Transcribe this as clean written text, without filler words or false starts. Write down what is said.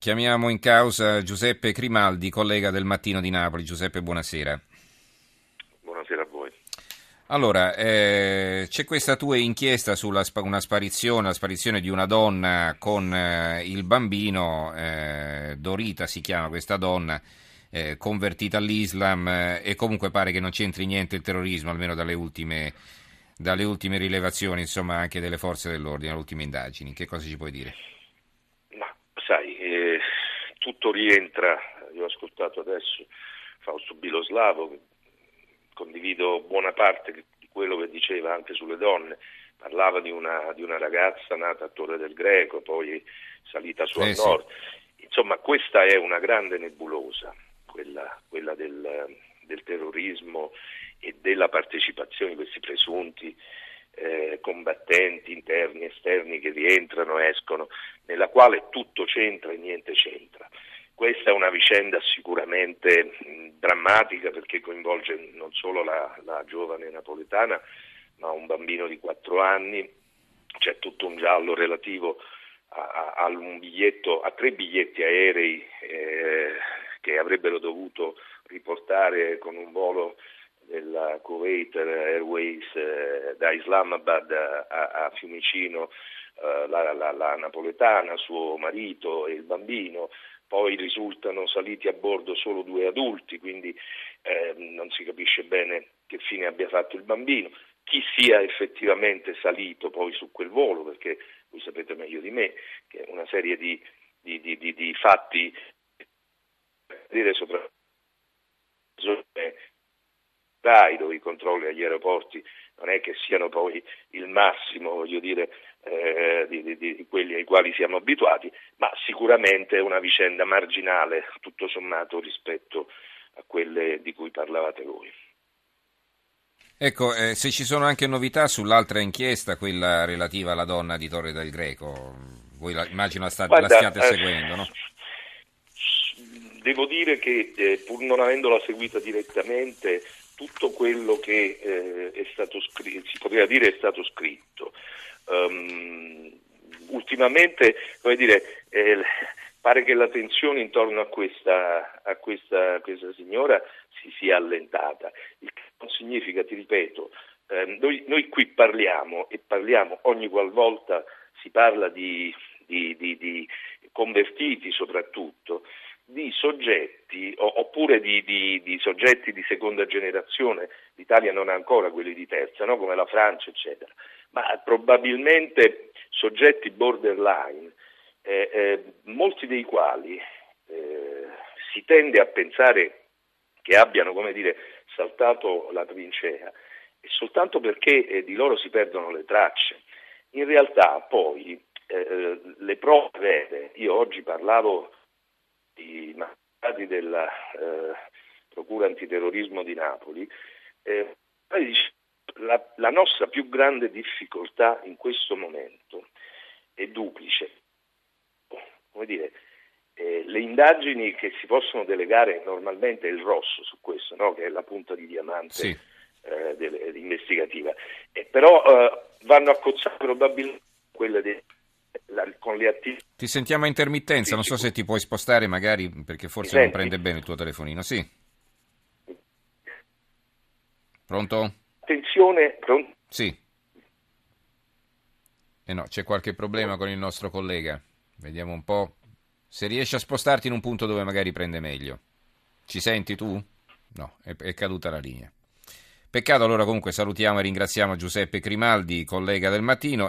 Chiamiamo in causa Giuseppe Grimaldi, collega del Mattino di Napoli. Giuseppe, buonasera. Buonasera a voi. Allora, c'è questa tua inchiesta sulla una sparizione, la sparizione di una donna con il bambino, Dorita si chiama questa donna, convertita all'Islam, e comunque pare che non c'entri niente il terrorismo, almeno dalle ultime rilevazioni, insomma, anche delle forze dell'ordine, dalle ultime indagini. Che cosa ci puoi dire? Ma sai, tutto rientra, io ho ascoltato adesso Fausto Biloslavo, condivido buona parte di quello che diceva anche sulle donne. Parlava di una ragazza nata a Torre del Greco, poi salita su al nord. Insomma, questa è una grande nebulosa, quella del terrorismo e della partecipazione di questi presunti combattenti interni e esterni che rientrano e escono, nella quale tutto c'entra e niente c'entra. Questa è una vicenda sicuramente drammatica, perché coinvolge non solo la giovane napoletana, ma un bambino di 4 anni. C'è tutto un giallo relativo a 3 biglietti aerei che avrebbero dovuto riportare con un volo della Kuwait Airways da Islamabad a Fiumicino la napoletana, suo marito e il bambino. Poi risultano saliti a bordo solo 2 adulti, quindi non si capisce bene che fine abbia fatto il bambino, chi sia effettivamente salito poi su quel volo, perché voi sapete meglio di me che una serie di fatti, dire soprattutto dove i controlli agli aeroporti non è che siano poi il massimo, voglio dire, di quelli ai quali siamo abituati, ma sicuramente è una vicenda marginale, tutto sommato, rispetto a quelle di cui parlavate voi. Ecco, se ci sono anche novità sull'altra inchiesta, quella relativa alla donna di Torre del Greco, voi immagino la stiate seguendo, no? Devo dire che pur non avendola seguita direttamente, tutto quello che è stato scritto, si poteva dire è stato scritto. Ultimamente, come dire, pare che la tensione intorno a questa signora si sia allentata. Il che non significa, ti ripeto, noi qui parliamo ogni qualvolta si parla di convertiti soprattutto, di soggetti oppure di soggetti di seconda generazione. L'Italia non ha ancora quelli di terza, no? Come la Francia, eccetera, ma probabilmente soggetti borderline, molti dei quali si tende a pensare che abbiano, come dire, saltato la trincea, e soltanto perché di loro si perdono le tracce. In realtà poi le prove vere, io oggi parlavo di magistrati della Procura Antiterrorismo di Napoli, la nostra più grande difficoltà in questo momento è duplice. Come dire, le indagini che si possono delegare normalmente è il rosso su questo, no? Che è la punta di diamante, sì, investigativa, però vanno a cozzare probabilmente quelle con le attività. Ti sentiamo a intermittenza, non so se ti puoi spostare magari, perché forse non prende bene il tuo telefonino. Sì. Pronto? Attenzione, pronto? Sì. No, c'è qualche problema con il nostro collega. Vediamo un po' se riesci a spostarti in un punto dove magari prende meglio. Ci senti tu? No, è caduta la linea. Peccato. Allora comunque salutiamo e ringraziamo Giuseppe Grimaldi, collega del Mattino.